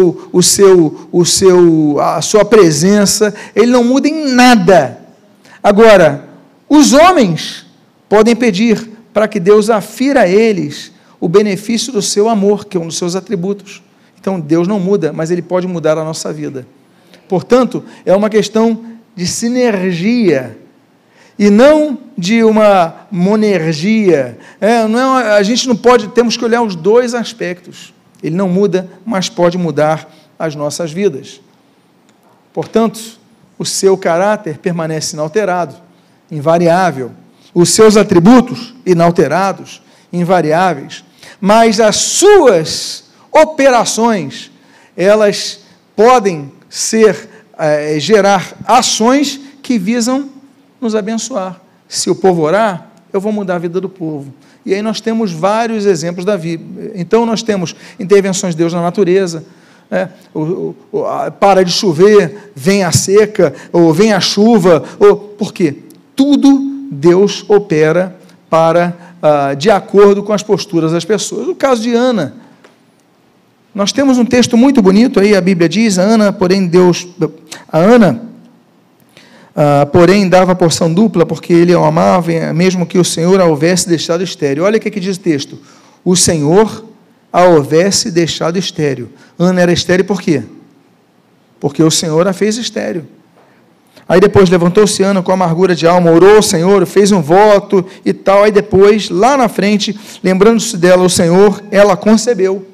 a sua presença. Ele não muda em nada. Agora, os homens podem pedir para que Deus afira a eles o benefício do seu amor, que é um dos seus atributos. Então, Deus não muda, mas Ele pode mudar a nossa vida. Portanto, é uma questão de sinergia e não de uma monergia. A gente não pode, temos que olhar os dois aspectos. Ele não muda, mas pode mudar as nossas vidas. Portanto, o seu caráter permanece inalterado, invariável. Os seus atributos, inalterados, invariáveis. Mas as suas operações, elas podem gerar ações que visam nos abençoar. Se o povo orar, eu vou mudar a vida do povo. E aí nós temos vários exemplos da Bíblia. Então nós temos intervenções de Deus na natureza, para de chover, vem a seca, ou vem a chuva, por quê? Tudo Deus opera de acordo com as posturas das pessoas. O caso de Ana, nós temos um texto muito bonito aí, a Bíblia diz, porém dava a porção dupla, porque ele a amava, mesmo que o Senhor a houvesse deixado estéril. Olha o que diz o texto, o Senhor a houvesse deixado estéril. Ana era estéril por quê? Porque o Senhor a fez estéril. Aí depois levantou-se Ana com amargura de alma, orou ao Senhor, fez um voto e tal, aí depois, lá na frente, lembrando-se dela o Senhor, ela concebeu.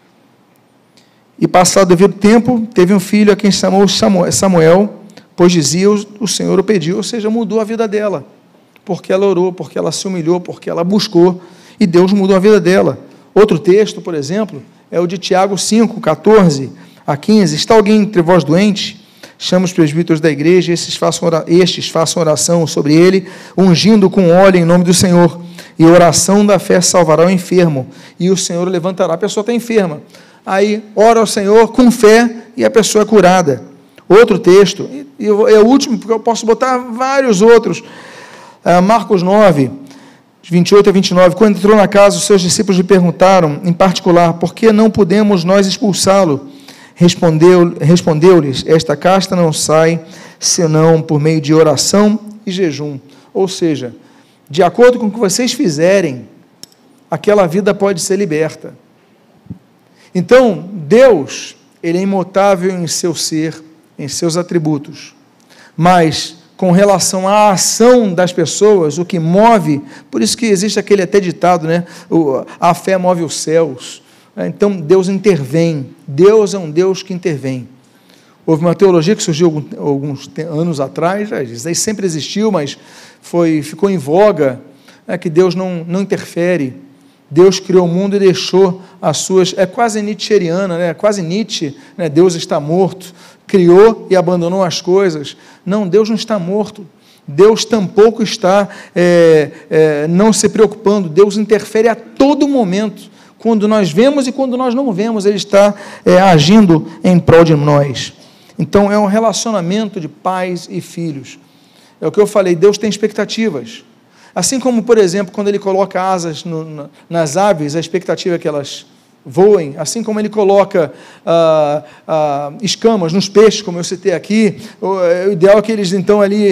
E passado o devido tempo, teve um filho a quem chamou Samuel, pois dizia, o Senhor o pediu, ou seja, mudou a vida dela, porque ela orou, porque ela se humilhou, porque ela buscou, e Deus mudou a vida dela. Outro texto, por exemplo, é o de Tiago 5, 14 a 15, está alguém entre vós doente? Chama os presbíteros da igreja, estes façam oração sobre ele, ungindo com óleo em nome do Senhor, e a oração da fé salvará o enfermo, e o Senhor o levantará. A pessoa está enferma, aí ora ao Senhor com fé, e a pessoa é curada. Outro texto, e é o último, porque eu posso botar vários outros, Marcos 9, 28 a 29, quando entrou na casa, os seus discípulos lhe perguntaram, em particular, por que não podemos nós expulsá-lo? Respondeu-lhes, esta casta não sai, senão por meio de oração e jejum. Ou seja, de acordo com o que vocês fizerem, aquela vida pode ser liberta. Então, Deus, Ele é imutável em seu ser, em seus atributos, mas com relação à ação das pessoas, o que move, por isso que existe aquele até ditado, né? A fé move os céus. Então, Deus intervém. Deus é um Deus que intervém. Houve uma teologia que surgiu alguns anos atrás, isso aí sempre existiu, mas ficou em voga, que Deus não interfere, Deus criou o mundo e deixou as suas... É quase nietzscheriana, né? Quase Nietzsche, né? Deus está morto, criou e abandonou as coisas. Não, Deus não está morto. Deus tampouco está não se preocupando. Deus interfere a todo momento. Quando nós vemos e quando nós não vemos, Ele está agindo em prol de nós. Então, é um relacionamento de pais e filhos. É o que eu falei, Deus tem expectativas. Assim como, por exemplo, quando Ele coloca asas nas aves, a expectativa é que elas voem, assim como Ele coloca escamas nos peixes, como eu citei aqui, o ideal é que eles então ali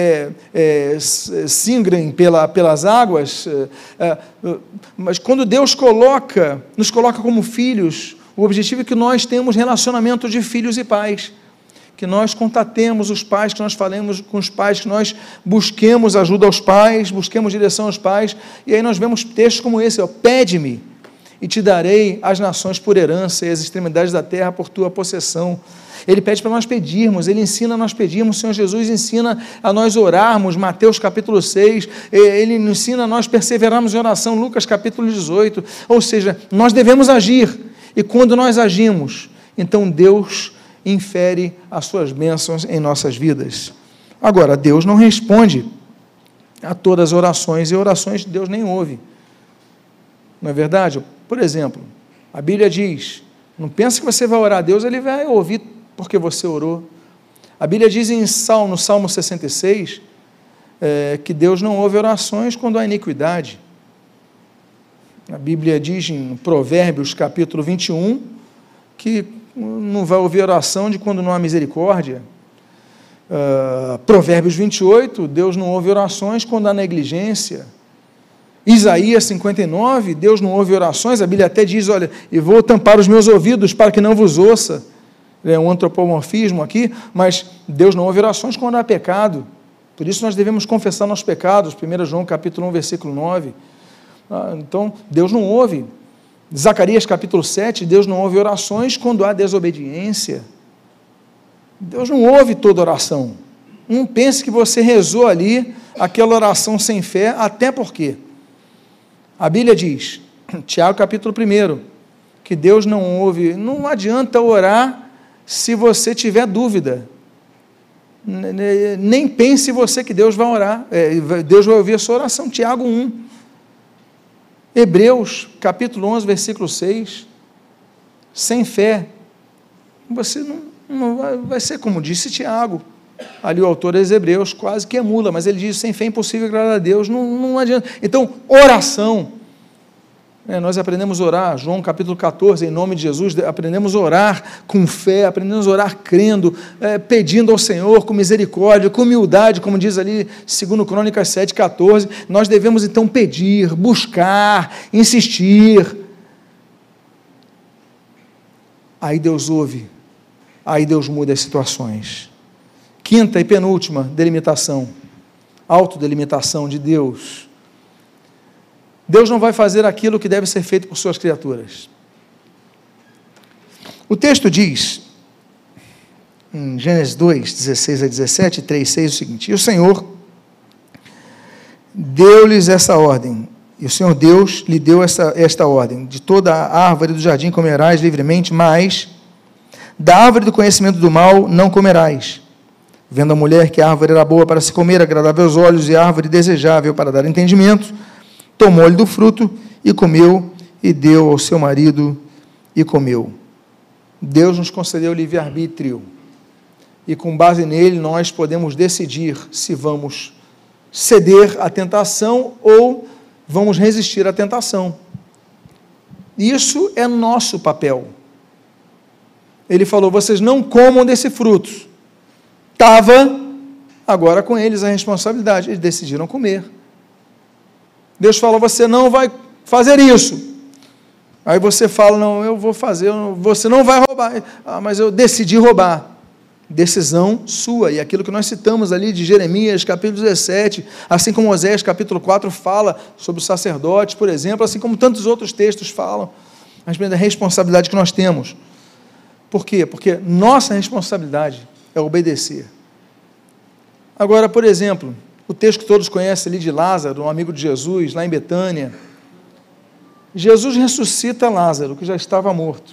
singrem pelas águas, mas quando Deus nos coloca como filhos, o objetivo é que nós tenhamos relacionamento de filhos e pais, que nós contatemos os pais, que nós falemos com os pais, que nós busquemos ajuda aos pais, busquemos direção aos pais, e aí nós vemos textos como esse, pede-me, e te darei as nações por herança, e as extremidades da terra por tua possessão. Ele pede para nós pedirmos, Ele ensina a nós pedirmos, o Senhor Jesus ensina a nós orarmos, Mateus capítulo 6, Ele ensina a nós perseverarmos em oração, Lucas capítulo 18, ou seja, nós devemos agir, e quando nós agimos, então Deus infere as suas bênçãos em nossas vidas. Agora, Deus não responde a todas as orações, e orações Deus nem ouve. Não é verdade? Por exemplo, a Bíblia diz, não pensa que você vai orar a Deus, Ele vai ouvir porque você orou. A Bíblia diz no Salmo 66, que Deus não ouve orações quando há iniquidade. A Bíblia diz em Provérbios capítulo 21, que não vai ouvir oração de quando não há misericórdia. Provérbios 28, Deus não ouve orações quando há negligência. Isaías 59, Deus não ouve orações, a Bíblia até diz, olha, e vou tampar os meus ouvidos para que não vos ouça. É um antropomorfismo aqui, mas Deus não ouve orações quando há pecado. Por isso nós devemos confessar nossos pecados, 1 João capítulo 1, versículo 9. Então, Deus não ouve. Zacarias capítulo 7, Deus não ouve orações quando há desobediência. Deus não ouve toda oração. Não pense que você rezou ali aquela oração sem fé, até porque a Bíblia diz, Tiago capítulo 1, que Deus não ouve, não adianta orar se você tiver dúvida. Nem pense você que Deus vai orar, Deus vai ouvir a sua oração. Tiago 1. Hebreus, capítulo 11, versículo 6, sem fé, você não vai ser como disse Tiago, ali o autor dos Hebreus quase que emula, mas ele diz, sem fé é impossível agradar a Deus, não adianta. Então, oração, nós aprendemos a orar, João capítulo 14, em nome de Jesus, aprendemos a orar com fé, aprendemos a orar crendo, pedindo ao Senhor com misericórdia, com humildade, como diz ali, segundo Crônicas 7, 14, nós devemos então pedir, buscar, insistir, aí Deus ouve, aí Deus muda as situações. Quinta e penúltima delimitação, autodelimitação de Deus. Deus não vai fazer aquilo que deve ser feito por suas criaturas. O texto diz, em Gênesis 2, 16 a 17, 3, 6, o seguinte, e o Senhor deu-lhes essa ordem, e o Senhor Deus lhe deu esta ordem, de toda a árvore do jardim comerás livremente, mas da árvore do conhecimento do mal não comerás. Vendo a mulher que a árvore era boa para se comer, agradável aos olhos, e árvore desejável para dar entendimento, tomou-lhe do fruto, e comeu, e deu ao seu marido, e comeu. Deus nos concedeu livre-arbítrio, e com base nele nós podemos decidir se vamos ceder à tentação, ou vamos resistir à tentação. Isso é nosso papel. Ele falou, vocês não comam desse fruto. Estava agora com eles a responsabilidade, eles decidiram comer. Deus falou, você não vai fazer isso. Aí você fala, não, eu vou fazer, você não vai roubar. Mas eu decidi roubar. Decisão sua. E aquilo que nós citamos ali de Jeremias, capítulo 17, assim como Oséias, capítulo 4, fala sobre os sacerdotes, por exemplo, assim como tantos outros textos falam, a respeito da responsabilidade que nós temos. Por quê? Porque nossa responsabilidade é obedecer. Agora, por exemplo, o texto que todos conhecem ali de Lázaro, um amigo de Jesus, lá em Betânia. Jesus ressuscita Lázaro, que já estava morto.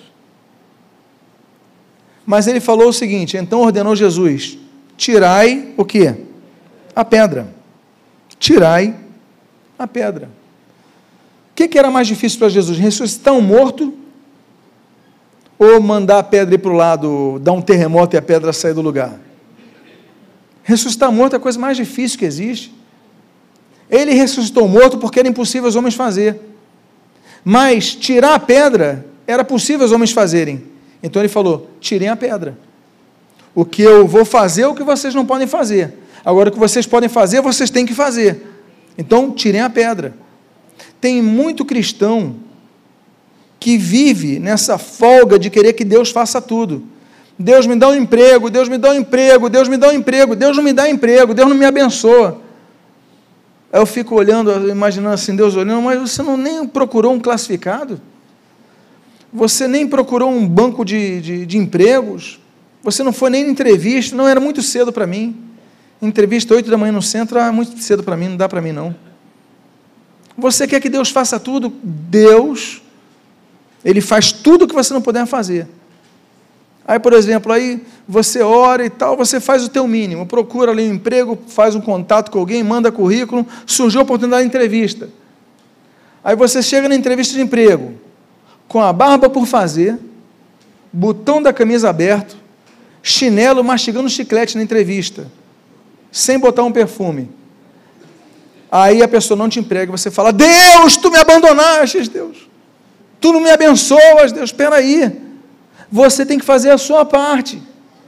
Mas ele falou o seguinte, então ordenou Jesus, tirai o quê? A pedra. Tirai a pedra. O que era mais difícil para Jesus? Ressuscitar um morto ou mandar a pedra ir para o lado, dar um terremoto e a pedra sair do lugar? Ressuscitar morto é a coisa mais difícil que existe. Ele ressuscitou morto porque era impossível os homens fazer. Mas tirar a pedra era possível os homens fazerem. Então ele falou, tirem a pedra. O que eu vou fazer é o que vocês não podem fazer. Agora o que vocês podem fazer, vocês têm que fazer. Então tirem a pedra. Tem muito cristão que vive nessa folga de querer que Deus faça tudo. Deus me dá um emprego, Deus me dá um emprego, Deus me dá um emprego, Deus não me dá emprego, Deus não me abençoa. Aí eu fico olhando, imaginando assim, Deus olhando, mas você não nem procurou um classificado? Você nem procurou um banco de empregos? Você não foi nem em entrevista? Não, era muito cedo para mim. Entrevista 8 da manhã no centro, muito cedo para mim, não dá para mim não. Você quer que Deus faça tudo? Deus, Ele faz tudo o que você não puder fazer. Aí, por exemplo, aí você ora e tal, você faz o teu mínimo, procura ali um emprego, faz um contato com alguém, manda currículo, surgiu a oportunidade de entrevista. Aí você chega na entrevista de emprego, com a barba por fazer, botão da camisa aberto, chinelo mastigando chiclete na entrevista, sem botar um perfume. Aí a pessoa não te emprega, você fala, Deus, tu me abandonaste, Deus. Tu não me abençoas, Deus, espera aí. Você tem que fazer a sua parte.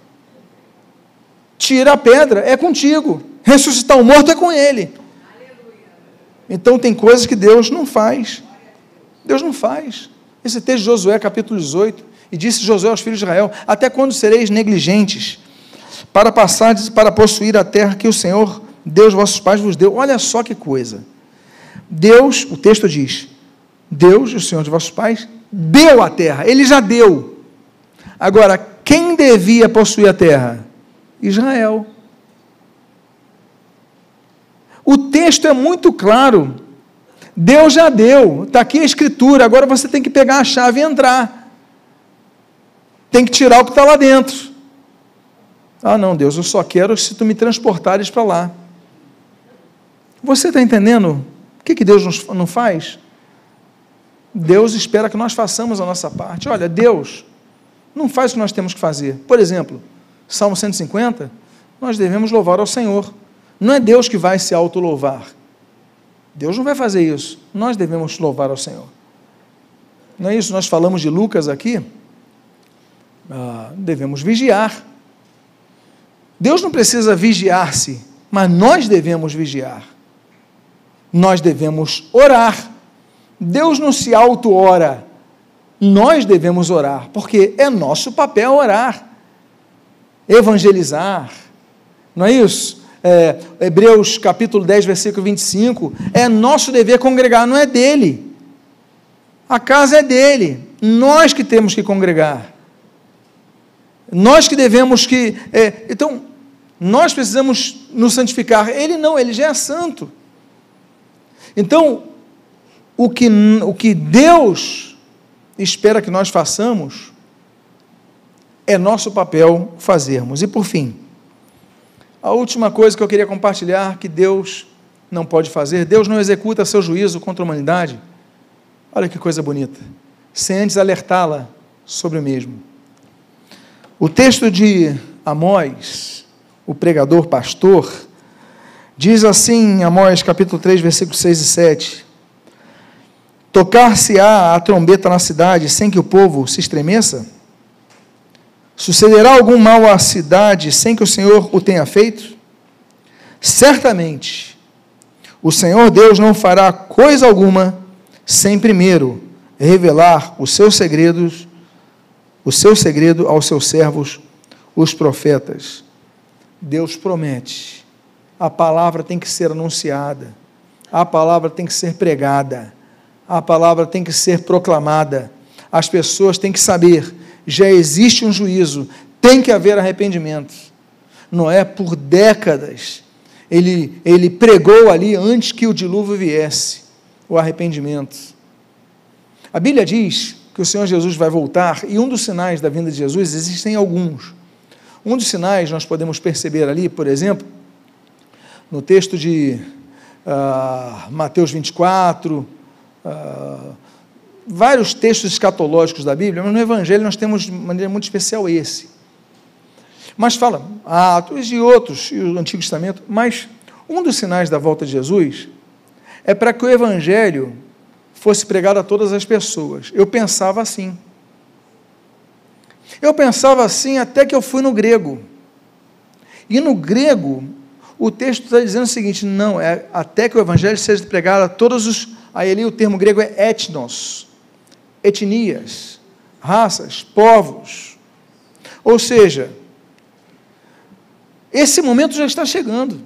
Tira a pedra, é contigo. Ressuscitar o morto é com Ele. Então tem coisas que Deus não faz. Deus não faz. Esse texto de Josué, capítulo 18, e disse Josué aos filhos de Israel, até quando sereis negligentes, para passardes para possuir a terra que o Senhor, Deus vossos pais vos deu. Olha só que coisa. Deus, o texto diz, Deus, o Senhor de vossos pais, deu a terra, Ele já deu. Agora, quem devia possuir a terra? Israel. O texto é muito claro, Deus já deu, está aqui a escritura, agora você tem que pegar a chave e entrar, tem que tirar o que está lá dentro. Ah não, Deus, eu só quero se tu me transportares para lá. Você está entendendo o que Deus não faz? Deus espera que nós façamos a nossa parte. Olha, Deus não faz o que nós temos que fazer. Por exemplo, Salmo 150, nós devemos louvar ao Senhor. Não é Deus que vai se auto-louvar. Deus não vai fazer isso. Nós devemos louvar ao Senhor. Não é isso? Nós falamos de Lucas aqui. Devemos vigiar. Deus não precisa vigiar-se, mas nós devemos vigiar. Nós devemos orar. Deus não se auto-ora. Nós devemos orar, porque é nosso papel orar. Evangelizar. Não é isso? Hebreus capítulo 10, versículo 25, é nosso dever congregar, não é dele. A casa é dele, nós que temos que congregar. Nós que devemos que... então, nós precisamos nos santificar. Ele não, ele já é santo. Então, o que Deus espera que nós façamos, é nosso papel fazermos. E por fim, a última coisa que eu queria compartilhar, que Deus não pode fazer, Deus não executa seu juízo contra a humanidade, olha que coisa bonita, sem antes alertá-la sobre o mesmo. O texto de Amós, o pregador pastor, diz assim em Amós capítulo 3, versículos 6 e 7, tocar-se-á a trombeta na cidade sem que o povo se estremeça? Sucederá algum mal à cidade sem que o Senhor o tenha feito? Certamente, o Senhor Deus não fará coisa alguma sem primeiro revelar os seus segredos, o seu segredo aos seus servos, os profetas. Deus promete, a palavra tem que ser anunciada, a palavra tem que ser pregada, a palavra tem que ser proclamada, as pessoas têm que saber, já existe um juízo, tem que haver arrependimento. Noé, por décadas, ele pregou ali, antes que o dilúvio viesse, o arrependimento. A Bíblia diz que o Senhor Jesus vai voltar, e um dos sinais da vinda de Jesus, existem alguns. Um dos sinais nós podemos perceber ali, por exemplo, no texto de Mateus 24, vários textos escatológicos da Bíblia, mas no Evangelho nós temos de maneira muito especial esse. Mas fala Atos e outros, e o Antigo Testamento, mas um dos sinais da volta de Jesus é para que o Evangelho fosse pregado a todas as pessoas. Eu pensava assim. Até que eu fui no grego. E no grego, o texto está dizendo o seguinte, não, é até que o Evangelho seja pregado a todos os... Aí ali o termo grego é etnos, etnias, raças, povos. Ou seja, esse momento já está chegando.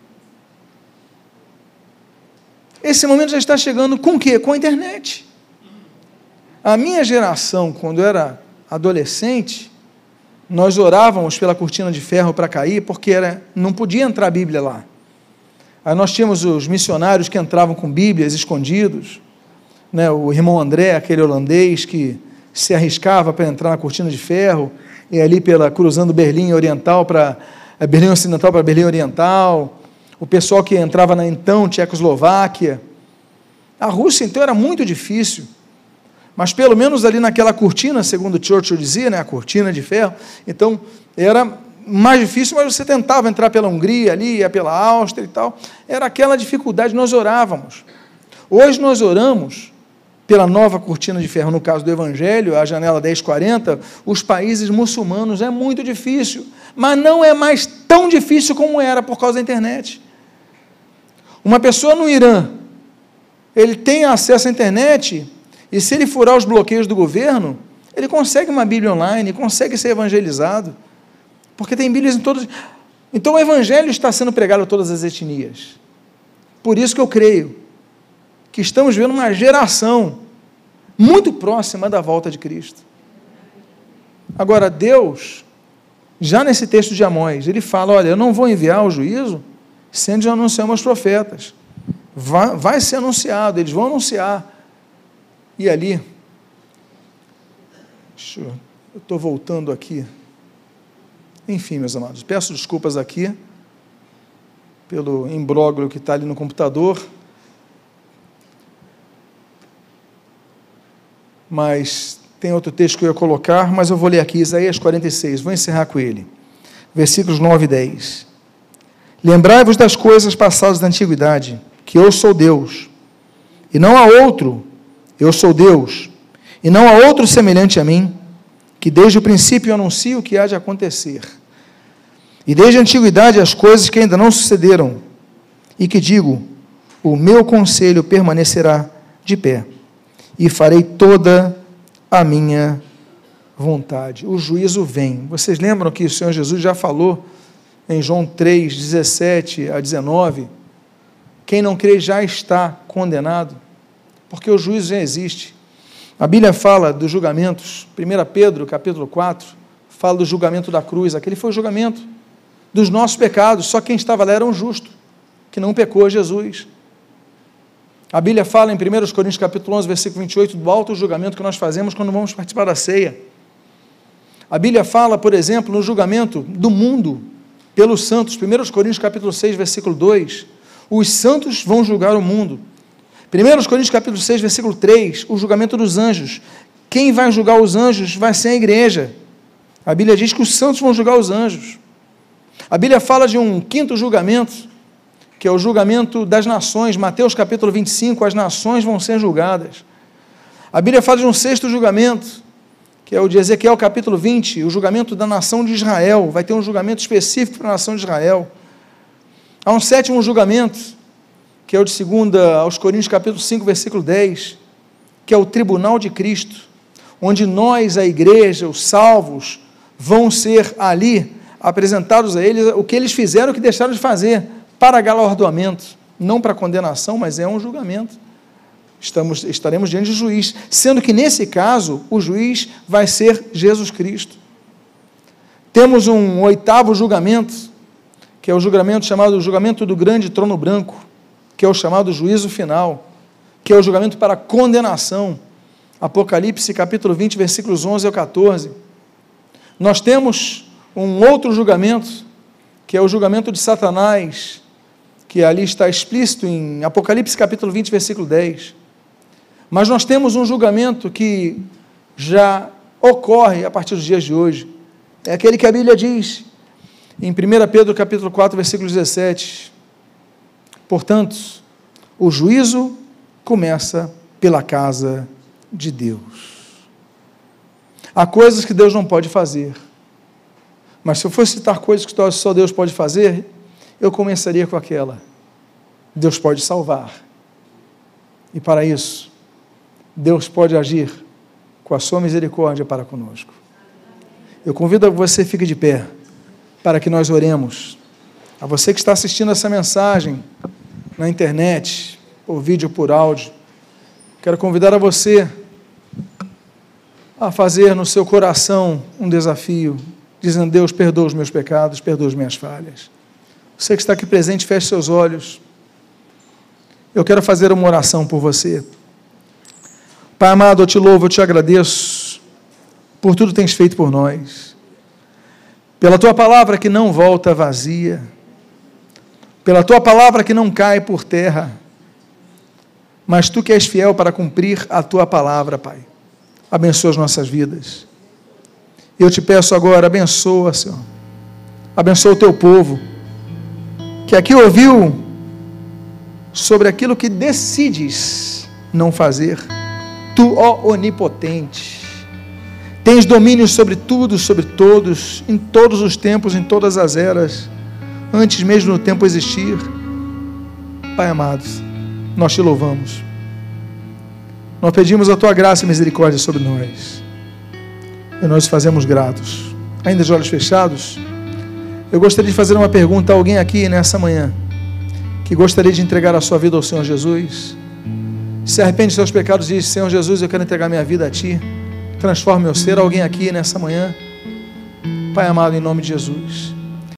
Esse momento já está chegando com o quê? Com a internet. A minha geração, quando era adolescente, nós orávamos pela cortina de ferro para cair, porque não podia entrar a Bíblia lá. Aí nós tínhamos os missionários que entravam com Bíblias escondidos, né? O irmão André, aquele holandês que se arriscava para entrar na cortina de ferro, e ali cruzando Berlim Ocidental para Berlim Oriental, o pessoal que entrava na então Tchecoslováquia. A Rússia, então, era muito difícil, mas pelo menos ali naquela cortina, segundo Churchill dizia, né, a cortina de ferro, então era mais difícil, mas você tentava entrar pela Hungria ali, ia pela Áustria e tal, era aquela dificuldade, nós orávamos. Hoje nós oramos pela nova cortina de ferro, no caso do Evangelho, a janela 1040, os países muçulmanos, é muito difícil, mas não é mais tão difícil como era por causa da internet. Uma pessoa no Irã, ele tem acesso à internet, e se ele furar os bloqueios do governo, ele consegue uma Bíblia online, consegue ser evangelizado, porque tem Bíblias em todos... Então o Evangelho está sendo pregado a todas as etnias. Por isso que eu creio que estamos vendo uma geração muito próxima da volta de Cristo. Agora, Deus, já nesse texto de Amós, ele fala, olha, eu não vou enviar o juízo, sendo já anunciamos os profetas. Vai ser anunciado, eles vão anunciar. E ali, eu estou voltando aqui. Enfim, meus amados, peço desculpas aqui pelo imbróglio que está ali no computador, mas tem outro texto que eu ia colocar, mas eu vou ler aqui, Isaías 46, vou encerrar com ele, versículos 9 e 10. Lembrai-vos das coisas passadas da antiguidade, que eu sou Deus, e não há outro, eu sou Deus, e não há outro semelhante a mim, que desde o princípio anuncio o que há de acontecer, e desde a antiguidade as coisas que ainda não sucederam, e que digo, o meu conselho permanecerá de pé, e farei toda a minha vontade. O juízo vem. Vocês lembram que o Senhor Jesus já falou em João 3, 17 a 19, quem não crê já está condenado, porque o juízo já existe. A Bíblia fala dos julgamentos, 1 Pedro, capítulo 4, fala do julgamento da cruz, aquele foi o julgamento dos nossos pecados, só quem estava lá era um justo, que não pecou, Jesus. A Bíblia fala em 1 Coríntios, capítulo 11, versículo 28, do alto julgamento que nós fazemos quando vamos participar da ceia. A Bíblia fala, por exemplo, no julgamento do mundo, pelos santos, 1 Coríntios, capítulo 6, versículo 2, os santos vão julgar o mundo. 1 Coríntios capítulo 6, versículo 3, o julgamento dos anjos. Quem vai julgar os anjos vai ser a igreja. A Bíblia diz que os santos vão julgar os anjos. A Bíblia fala de um quinto julgamento, que é o julgamento das nações. Mateus capítulo 25, as nações vão ser julgadas. A Bíblia fala de um sexto julgamento, que é o de Ezequiel capítulo 20, o julgamento da nação de Israel. Vai ter um julgamento específico para a nação de Israel. Há um sétimo julgamento, que é o de 2 aos Coríntios, capítulo 5, versículo 10, que é o tribunal de Cristo, onde nós, a igreja, os salvos, vão ser ali apresentados a eles o que eles fizeram, o que deixaram de fazer, para galardoamento, não para condenação, mas é um julgamento. Estaremos diante do juiz, sendo que nesse caso, o juiz vai ser Jesus Cristo. Temos um oitavo julgamento, que é o julgamento chamado julgamento do grande trono branco, que é o chamado juízo final, que é o julgamento para condenação. Apocalipse capítulo 20, versículos 11 ao 14, nós temos um outro julgamento, que é o julgamento de Satanás, que ali está explícito em Apocalipse capítulo 20, versículo 10. Mas nós temos um julgamento que já ocorre a partir dos dias de hoje. É aquele que a Bíblia diz em 1 Pedro capítulo 4, versículo 17. Portanto, o juízo começa pela casa de Deus. Há coisas que Deus não pode fazer. Mas se eu fosse citar coisas que só Deus pode fazer, eu começaria com aquela. Deus pode salvar. E para isso, Deus pode agir com a sua misericórdia para conosco. Eu convido a que você fique de pé, para que nós oremos. A você que está assistindo essa mensagem na internet, por vídeo ou por áudio, quero convidar a você a fazer no seu coração um desafio, dizendo: Deus, perdoa os meus pecados, perdoa as minhas falhas. Você que está aqui presente, feche seus olhos. Eu quero fazer uma oração por você. Pai amado, eu te louvo, eu te agradeço por tudo que tens feito por nós, pela tua palavra que não volta vazia, pela tua palavra que não cai por terra, mas tu que és fiel para cumprir a tua palavra, Pai. Abençoa as nossas vidas. Eu te peço agora, abençoa, Senhor, abençoa o teu povo, que aqui ouviu sobre aquilo que decides não fazer. Tu, ó onipotente, tens domínio sobre tudo, sobre todos, em todos os tempos, em todas as eras, antes mesmo do tempo existir. Pai amado, nós te louvamos. Nós pedimos a tua graça e misericórdia sobre nós. E nós fazemos gratos. Ainda de olhos fechados, eu gostaria de fazer uma pergunta a alguém aqui nessa manhã, que gostaria de entregar a sua vida ao Senhor Jesus. Se arrepende dos seus pecados e diz: Senhor Jesus, eu quero entregar minha vida a Ti, transforma meu ser. Alguém aqui nessa manhã? Pai amado, em nome de Jesus,